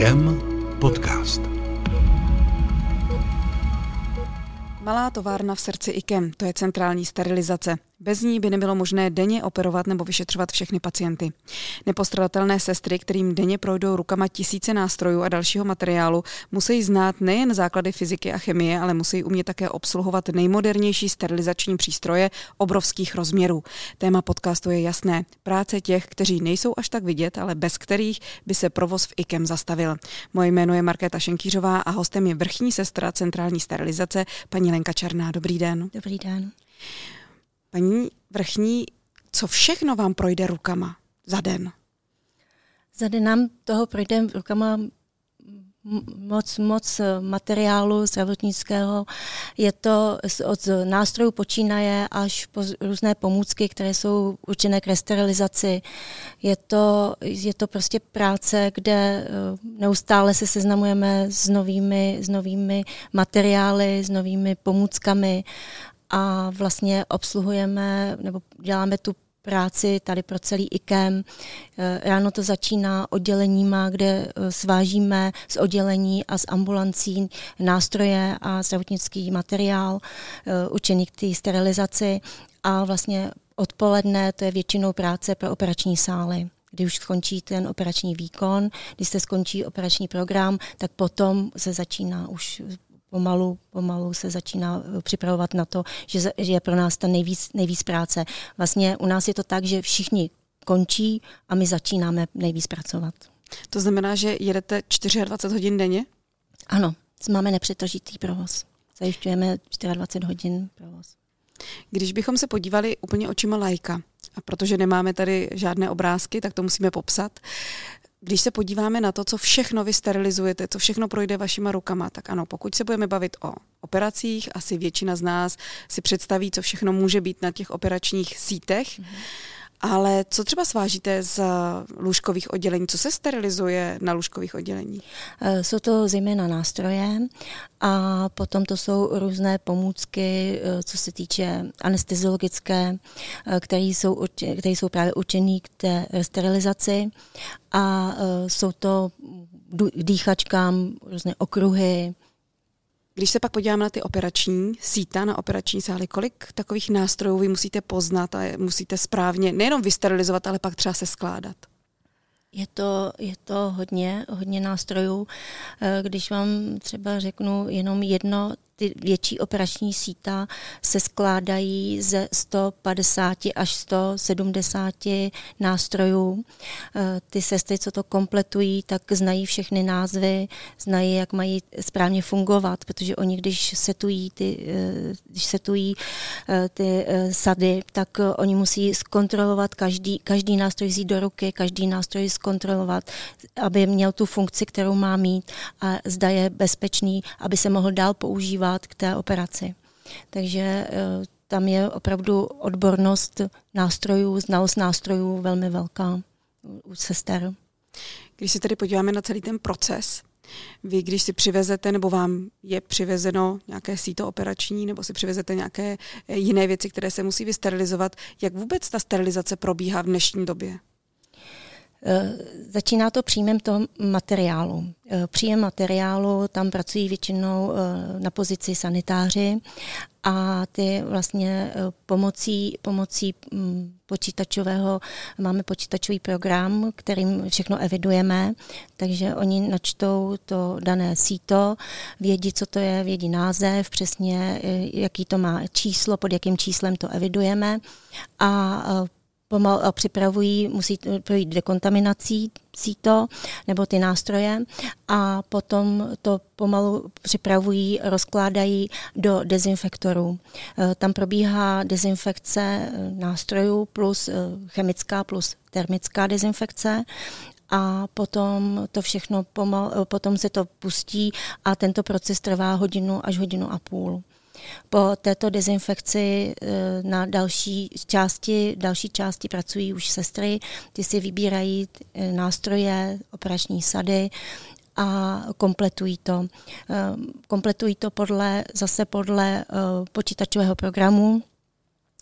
IKEM podcast. Malá továrna v srdci IKEM, to je centrální sterilizace. Bez ní by nebylo možné denně operovat nebo vyšetřovat všechny pacienty. Nepostradatelné sestry, kterým denně projdou rukama tisíce nástrojů a dalšího materiálu, musí znát nejen základy fyziky a chemie, ale musí umět také obsluhovat nejmodernější sterilizační přístroje obrovských rozměrů. Téma podcastu je jasné. Práce těch, kteří nejsou až tak vidět, ale bez kterých by se provoz v IKEM zastavil. Moje jméno je Markéta Šenkýřová a hostem je vrchní sestra centrální sterilizace, paní Lenka Černá. Dobrý den. Dobrý den. Paní vrchní, co všechno vám projde rukama za den? Za den nám toho projde rukama moc materiálu zdravotnického. Je to od nástrojů počínaje až po různé pomůcky, které jsou určené k resterilizaci. Je to prostě práce, kde neustále se seznamujeme s novými materiály, s novými pomůckami a vlastně obsluhujeme nebo děláme tu práci tady pro celý IKEM. Ráno to začíná odděleníma, kde svážíme z oddělení a z ambulancí nástroje a zdravotnický materiál určený k té sterilizaci a vlastně odpoledne to je většinou práce pro operační sály. Když už skončí ten operační výkon, když se skončí operační program, tak potom se začíná už Pomalu se začíná připravovat na to, že je pro nás ta nejvíc práce. Vlastně u nás je to tak, že všichni končí a my začínáme nejvíc pracovat. To znamená, že jedete 24 hodin denně? Ano, máme nepřetržitý provoz. Zajišťujeme 24 hodin provoz. Když bychom se podívali úplně očima laika, a protože nemáme tady žádné obrázky, tak to musíme popsat. Když se podíváme na to, co všechno vy sterilizujete, co všechno projde vašima rukama, tak ano, pokud se budeme bavit o operacích, asi většina z nás si představí, co všechno může být na těch operačních sítech, ale co třeba svážíte z lůžkových oddělení? Co se sterilizuje na lůžkových odděleních? Jsou to zejména nástroje a potom to jsou různé pomůcky, co se týče anesteziologické, které jsou právě určené k té sterilizaci a jsou to k dýchačkám, různé okruhy. Když se pak podíváme na ty operační síta, na operační sály, kolik takových nástrojů vy musíte poznat a musíte správně nejenom vysterilizovat, ale pak třeba se skládat? Je to hodně nástrojů. Když vám třeba řeknu jenom jedno, ty větší operační síta se skládají ze 150 až 170 nástrojů. Ty sestry, co to kompletují, tak znají všechny názvy, znají, jak mají správně fungovat, protože oni, když setují ty sady, tak oni musí zkontrolovat každý nástroj vzít do ruky, každý nástroj zkontrolovat, aby měl tu funkci, kterou má mít a zda je bezpečný, aby se mohl dál používat k té operaci. Takže tam je opravdu odbornost nástrojů, znalost nástrojů velmi velká u sester. Když se tedy podíváme na celý ten proces, vy když si přivezete, nebo vám je přivezeno nějaké síto operační, nebo si přivezete nějaké jiné věci, které se musí vysterilizovat, jak vůbec ta sterilizace probíhá v dnešní době? Začíná to příjmem toho materiálu. Příjem materiálu, tam pracují většinou na pozici sanitáři a ty vlastně pomocí počítačového, máme počítačový program, kterým všechno evidujeme, takže oni načtou to dané síto, vědí, co to je, vědí název, přesně jaký to má číslo, pod jakým číslem to evidujeme a připravují, musí projít dekontaminací síto nebo ty nástroje a potom to pomalu připravují, rozkládají do dezinfektorů. Tam probíhá dezinfekce nástrojů plus chemická plus termická dezinfekce a potom to všechno potom se to pustí a tento proces trvá hodinu až hodinu a půl. Po této dezinfekci na další části pracují už sestry, ty si vybírají nástroje, operační sady a kompletují to. Kompletují to podle počítačového programu,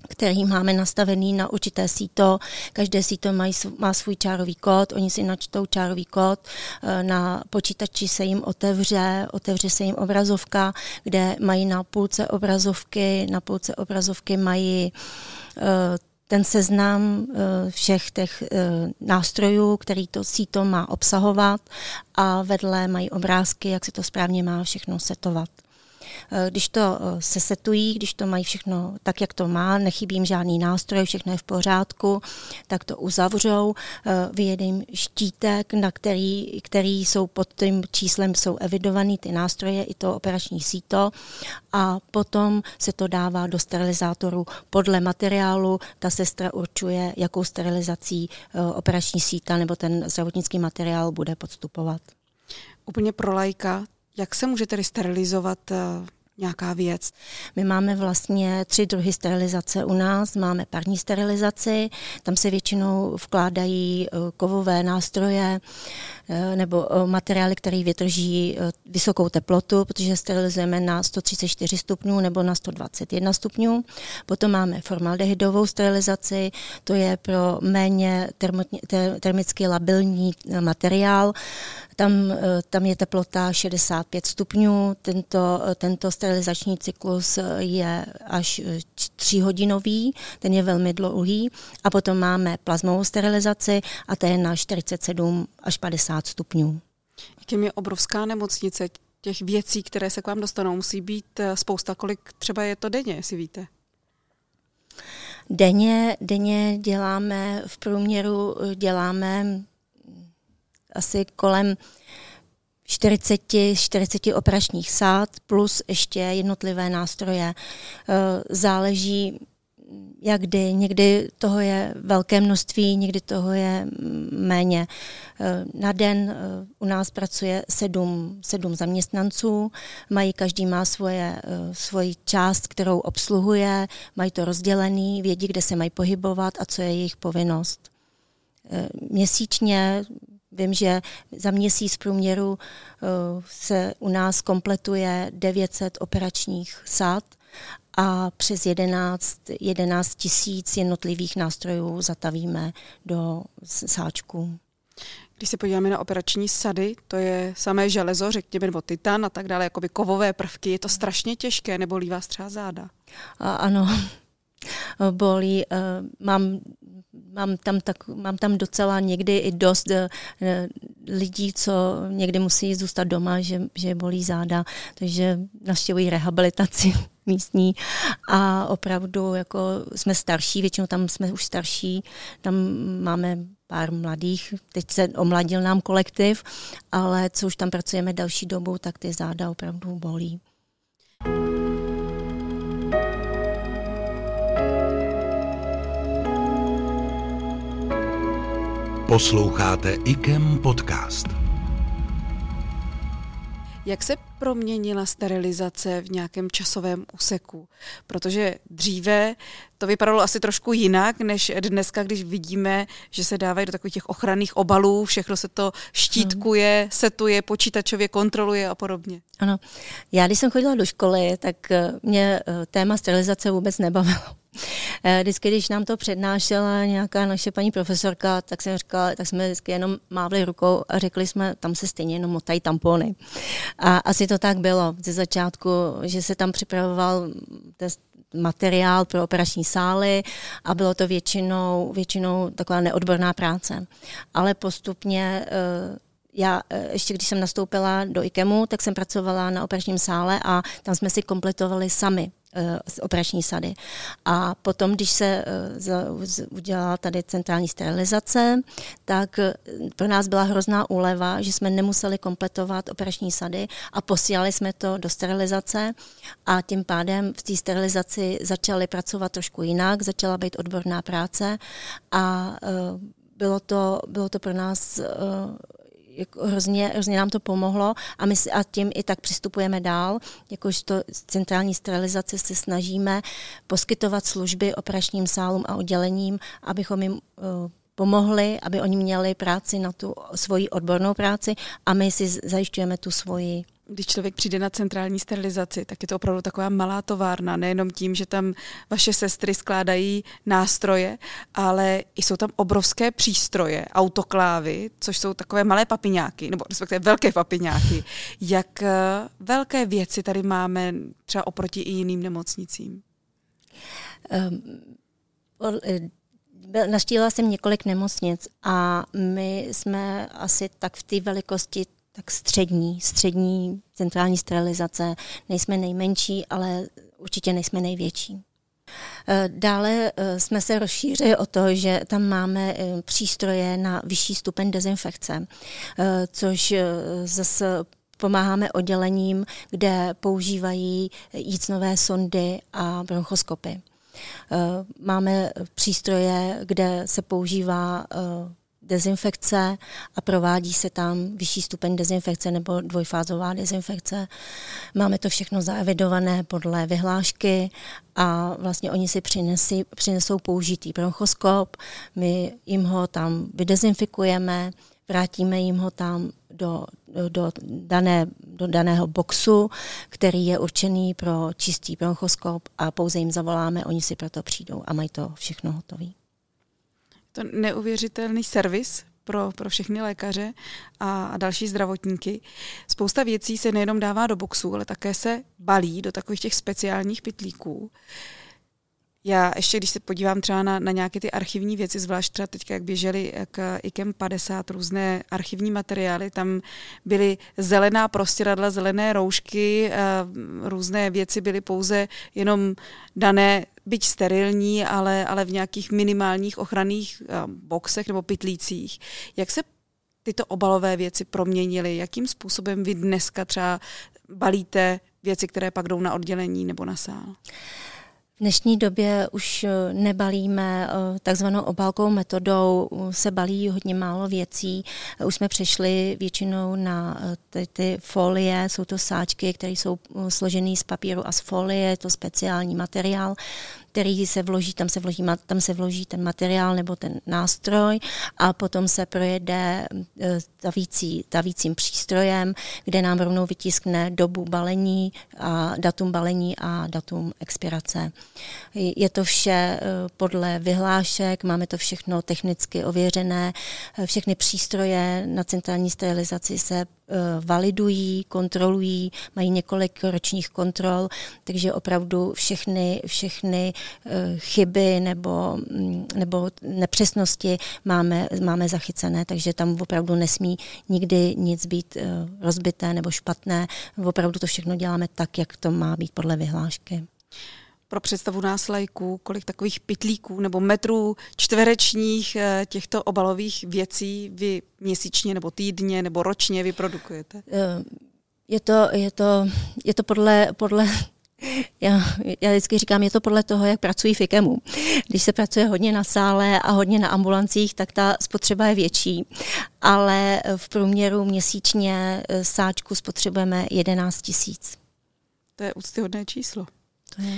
který máme nastavený na určité síto. Každé síto má svůj čárový kód, oni si načtou čárový kód, na počítači se jim otevře se jim obrazovka, kde mají na půlce obrazovky mají ten seznam všech těch nástrojů, který to síto má obsahovat, a vedle mají obrázky, jak se to správně má všechno setovat. Když to sesetují, když to mají všechno tak, jak to má, nechybí jim žádný nástroj, všechno je v pořádku, tak to uzavřou, vyjede jim štítek, na který jsou pod tím číslem jsou evidovaný ty nástroje i to operační síto, a potom se to dává do sterilizátoru podle materiálu. Ta sestra určuje, jakou sterilizací operační síta nebo ten zdravotnický materiál bude podstupovat. Úplně pro laika, jak se může tedy sterilizovat nějaká věc? My máme vlastně 3 druhy sterilizace u nás. Máme parní sterilizaci, tam se většinou vkládají kovové nástroje nebo materiály, které vydrží vysokou teplotu, protože sterilizujeme na 134 stupňů nebo na 121 stupňů. Potom máme formaldehydovou sterilizaci, to je pro méně termicky labilní materiál. Tam je teplota 65 stupňů, tento sterilizační cyklus je až 3hodinový, ten je velmi dlouhý, a potom máme plazmovou sterilizaci a to je na 47 až 50 stupňů. Jakým je obrovská nemocnice, těch věcí, které se k vám dostanou, musí být spousta, kolik třeba je to denně, jestli víte? Denně v průměru děláme asi kolem 40 operačních sád plus ještě jednotlivé nástroje. Záleží, jak kdy. Někdy toho je velké množství, někdy toho je méně. Na den u nás pracuje 7 zaměstnanců, každý má svoji část, kterou obsluhuje, mají to rozdělený, vědí, kde se mají pohybovat a co je jejich povinnost. Měsíčně vím, že za měsíc v průměru se u nás kompletuje 900 operačních sád a přes 11 tisíc jednotlivých nástrojů zatavíme do sáčků. Když se podíváme na operační sady, to je samé železo, řekněme, nebo titan a tak dále, jakoby kovové prvky, je to strašně těžké, nebolí vás třeba záda? Ano, bolí. Mám tam docela někdy i dost lidí, co někdy musí zůstat doma, že bolí záda, takže navštěvují rehabilitaci místní a opravdu jako jsme starší, většinou tam jsme už starší, tam máme pár mladých, teď se omladil nám kolektiv, ale co už tam pracujeme další dobu, tak ty záda opravdu bolí. Posloucháte IKEM podcast. Jak se proměnila sterilizace v nějakém časovém úseku? Protože dříve to vypadalo asi trošku jinak, než dneska, když vidíme, že se dávají do takových těch ochranných obalů, všechno se to štítkuje, setuje, počítačově kontroluje a podobně. Ano. Já když jsem chodila do školy, tak mě téma sterilizace vůbec nebavilo. Vždycky, když nám to přednášela nějaká naše paní profesorka, tak jsme vždycky jenom mávli rukou a řekli jsme, tam se stejně jenom motají tampony. A asi to tak bylo ze začátku, že se tam připravoval materiál pro operační sály a bylo to většinou taková neodborná práce. Ale postupně já ještě když jsem nastoupila do IKEMu, tak jsem pracovala na operačním sále a tam jsme si kompletovali sami operační sady. A potom, když se udělala tady centrální sterilizace, tak pro nás byla hrozná úleva, že jsme nemuseli kompletovat operační sady a posílali jsme to do sterilizace a tím pádem v té sterilizaci začali pracovat trošku jinak, začala být odborná práce a bylo to pro nás hrozně nám to pomohlo a tím i tak přistupujeme dál. Jakožto centrální sterilizace se snažíme poskytovat služby operačním sálům a oddělením, abychom jim pomohli, aby oni měli práci na tu svoji odbornou práci a my si zajišťujeme tu svoji Když člověk přijde na centrální sterilizaci, tak je to opravdu taková malá továrna, nejenom tím, že tam vaše sestry skládají nástroje, ale jsou tam obrovské přístroje, autoklávy, což jsou takové malé papiňáky, nebo respektive velké papiňáky. Jak velké věci tady máme třeba oproti i jiným nemocnicím? Navštívila jsem několik nemocnic a my jsme asi tak v té velikosti tak střední centrální sterilizace. Nejsme nejmenší, ale určitě nejsme největší. Dále jsme se rozšířili o to, že tam máme přístroje na vyšší stupeň dezinfekce, což zase pomáháme oddělením, kde používají jícnové sondy a bronchoskopy. Máme přístroje, kde se používá dezinfekce a provádí se tam vyšší stupeň dezinfekce nebo dvojfázová dezinfekce. Máme to všechno zaevidované podle vyhlášky a vlastně oni si přinesou použitý bronchoskop, my jim ho tam vydezinfikujeme, vrátíme jim ho tam do daného boxu, který je určený pro čistý bronchoskop a pouze jim zavoláme, oni si proto přijdou a mají to všechno hotové. To neuvěřitelný servis pro všechny lékaře a další zdravotníky. Spousta věcí se nejenom dává do boxu, ale také se balí do takových těch speciálních pytlíků. Já ještě, když se podívám třeba na nějaké ty archivní věci, zvlášť třeba teď, jak běžely k IKEM 50 různé archivní materiály, tam byly zelená prostěradla, zelené roušky, různé věci byly pouze jenom dané, byť sterilní, ale v nějakých minimálních ochranných boxech nebo pytlících. Jak se tyto obalové věci proměnily? Jakým způsobem vy dneska třeba balíte věci, které pak jdou na oddělení nebo na sál? V dnešní době už nebalíme takzvanou obálkovou metodou, se balí hodně málo věcí. Už jsme přešli většinou na ty folie, jsou to sáčky, které jsou složené z papíru a z folie, je to speciální materiál, který se vloží, tam se vloží ten materiál nebo ten nástroj a potom se projede tavícím přístrojem, kde nám rovnou vytiskne dobu balení a datum expirace. Je to vše podle vyhlášek, máme to všechno technicky ověřené, všechny přístroje na centrální sterilizaci se validují, kontrolují, mají několik ročních kontrol, takže opravdu všechny chyby nebo nepřesnosti máme zachycené, takže tam opravdu nesmí nikdy nic být rozbité nebo špatné. Opravdu to všechno děláme tak, jak to má být podle vyhlášky. Pro představu nás laiků, kolik takových pytlíků nebo metrů čtverečních těchto obalových věcí vy měsíčně nebo týdně nebo ročně vyprodukujete? Je to podle já vždycky říkám, je to podle toho, jak pracují v IKEMu. Když se pracuje hodně na sále a hodně na ambulancích, tak ta spotřeba je větší. Ale v průměru měsíčně sáčku spotřebujeme 11 000. To je úctyhodné číslo. To je.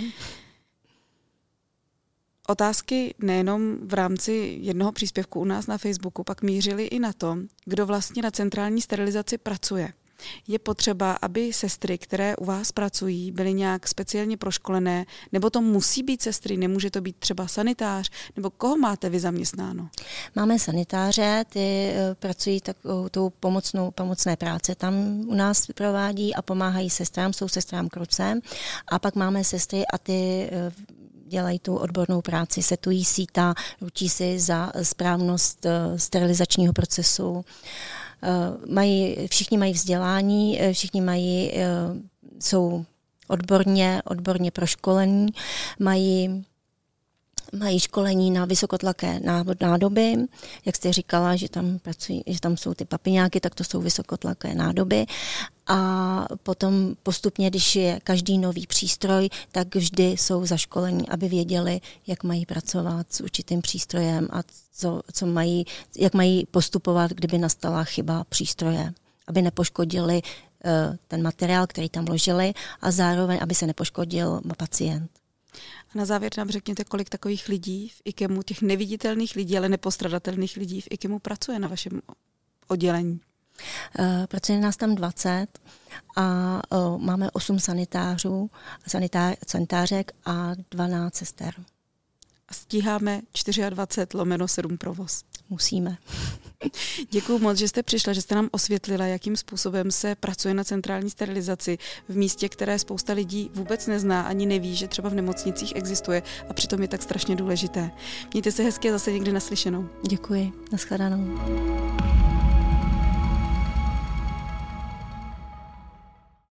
Otázky nejenom v rámci jednoho příspěvku u nás na Facebooku pak mířily i na to, kdo vlastně na centrální sterilizaci pracuje. Je potřeba, aby sestry, které u vás pracují, byly nějak speciálně proškolené, nebo to musí být sestry, nemůže to být třeba sanitář, nebo koho máte vy zaměstnáno? Máme sanitáře, ty pracují tou pomocné práce. Tam u nás provádí a pomáhají sestrám, jsou sestrám k ruce. A pak máme sestry a ty dělají tu odbornou práci, setují síta, ručí si za správnost sterilizačního procesu. Všichni mají vzdělání, jsou odborně proškolení, mají školení na vysokotlaké nádoby, jak jste říkala, že tam jsou ty papiňáky, tak to jsou vysokotlaké nádoby. A potom postupně, když je každý nový přístroj, tak vždy jsou zaškolení, aby věděli, jak mají pracovat s určitým přístrojem a jak mají postupovat, kdyby nastala chyba přístroje, aby nepoškodili ten materiál, který tam vložili a zároveň, aby se nepoškodil pacient. A na závěr nám řekněte, kolik takových lidí v IKEMu, těch neviditelných lidí, ale nepostradatelných lidí v IKEMu pracuje na vašem oddělení? Pracuje nás tam 20 a máme 8 sanitářek a 12 sester. A stíháme 24/7 provoz. Musíme. Děkuju moc, že jste přišla, že jste nám osvětlila, jakým způsobem se pracuje na centrální sterilizaci v místě, které spousta lidí vůbec nezná, ani neví, že třeba v nemocnicích existuje a přitom je tak strašně důležité. Mějte se hezky a zase někdy naslyšenou. Děkuji, nashledanou.